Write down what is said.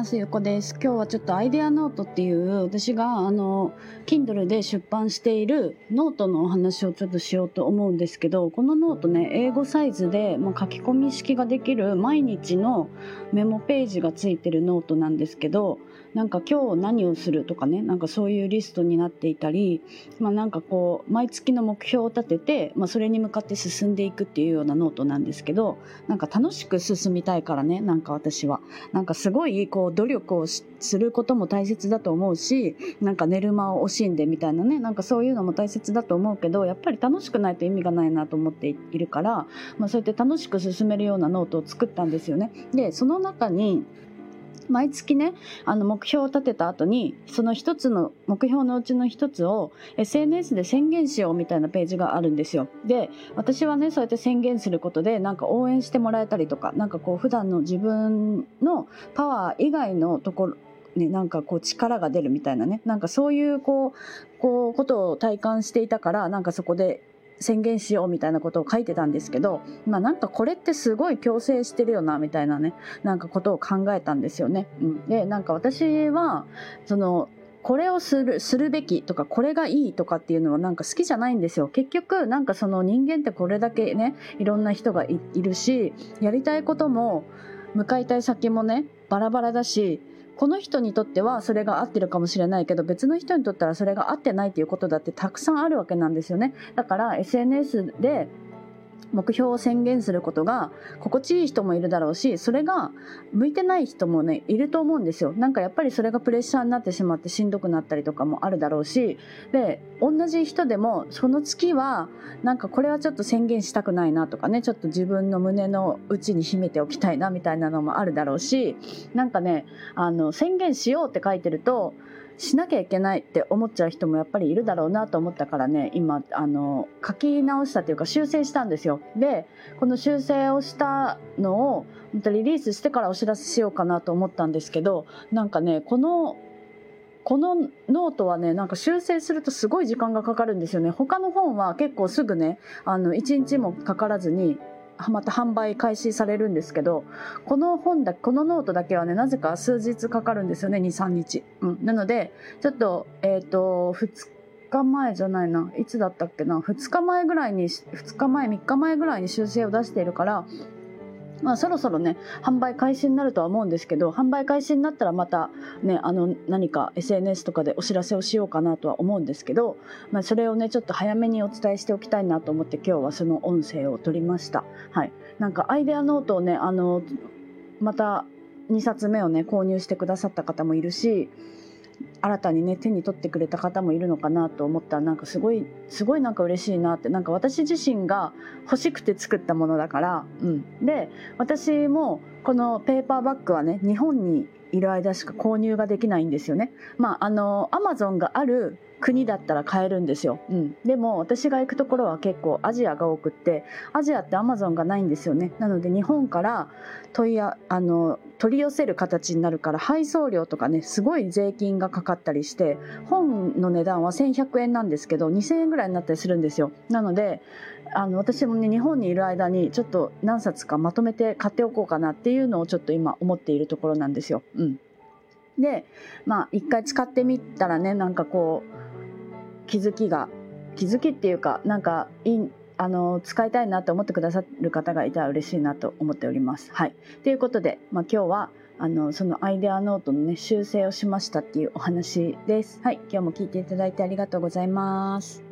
ます。ゆうこです。今日はちょっとアイデアノートっていう私がKindle で出版しているノートのお話をちょっとしようと思うんですけど、このノートね、英語サイズでもう書き込み式ができる毎日のメモページがついてるノートなんですけど、なんか今日何をするとかね、なんかそういうリストになっていたり、なんかこう毎月の目標を立てて、それに向かって進んでいくっていうようなノートなんですけど、なんか楽しく進みたいからね、なんか私はなんかすごいこう努力をすることも大切だと思うし、なんか寝る間を惜しんでみたいなね、なんかそういうのも大切だと思うけど、やっぱり楽しくないと意味がないなと思っているから、そうやって楽しく進めるようなノートを作ったんですよね。でその中に毎月ね、目標を立てた後にその一つの目標のうちの一つを SNS で宣言しようみたいなページがあるんですよ。で私はね、そうやって宣言することでなんか応援してもらえたりとか、なんかこう普段の自分のパワー以外のところね、なんかこう力が出るみたいなね、なんかそういうことを体感していたから、なんかそこで宣言しようみたいなことを書いてたんですけど、なんかこれってすごい強制してるよなみたいなね、なんかことを考えたんですよね。でなんか私はこれをするべきとかこれがいいとかっていうのはなんか好きじゃないんですよ。結局なんかその人間ってこれだけね、いろんな人が いるし、やりたいことも向かいたい先もねバラバラだし、この人にとってはそれが合ってるかもしれないけど、別の人にとったらそれが合ってないっていうことだってたくさんあるわけなんですよね。だから SNS で目標を宣言することが心地いい人もいるだろうし、それが向いてない人もねいると思うんですよ。なんかやっぱりそれがプレッシャーになってしまってしんどくなったりとかもあるだろうし、で同じ人でもその月はなんかこれはちょっと宣言したくないなとかね、ちょっと自分の胸の内に秘めておきたいなみたいなのもあるだろうし、なんかね宣言しようって書いてるとしなきゃいけないって思っちゃう人もやっぱりいるだろうなと思ったからね、今書き直したというか修正したんですよ。でこの修正をしたのをまたリリースしてからお知らせしようかなと思ったんですけど、なんかねこのノートはね、なんか修正するとすごい時間がかかるんですよね。他の本は結構すぐね1日もかからずにまた販売開始されるんですけど、このノートだけはねなぜか数日かかるんですよね、 2,3 日、なのでちょっと2日前じゃないな、いつだったっけな、2日前ぐらいに2日前3日前ぐらいに修正を出しているから、そろそろね販売開始になるとは思うんですけど、販売開始になったらまたね何か SNS とかでお知らせをしようかなとは思うんですけど、それをねちょっと早めにお伝えしておきたいなと思って今日はその音声を取りました。はい、なんかアイデアノートをねまた2冊目をね購入してくださった方もいるし、新たにね手に取ってくれた方もいるのかなと思ったら、なんかすごいなんか嬉しいなって。なんか私自身が欲しくて作ったものだから、で私もこのペーパーバッグはね日本にいる間しか購入ができないんですよね。Amazon がある国だったら買えるんですよ、でも私が行くところは結構アジアが多くって、アジアって Amazon がないんですよね。なので日本から取り寄せる形になるから、配送料とかねすごい税金がかかったりして、本の値段は1100円なんですけど2000円ぐらいになったりするんですよ。なので私もね日本にいる間にちょっと何冊かまとめて買っておこうかなっていうのをちょっと今思っているところなんですよ。で一回使ってみたらね、なんかこう気づきっていうか、なんか使いたいなと思ってくださる方がいたら嬉しいなと思っております。はい、ということで、今日はそのアイデアノートのね修正をしましたっていうお話です。はい、今日も聞いていただいてありがとうございます。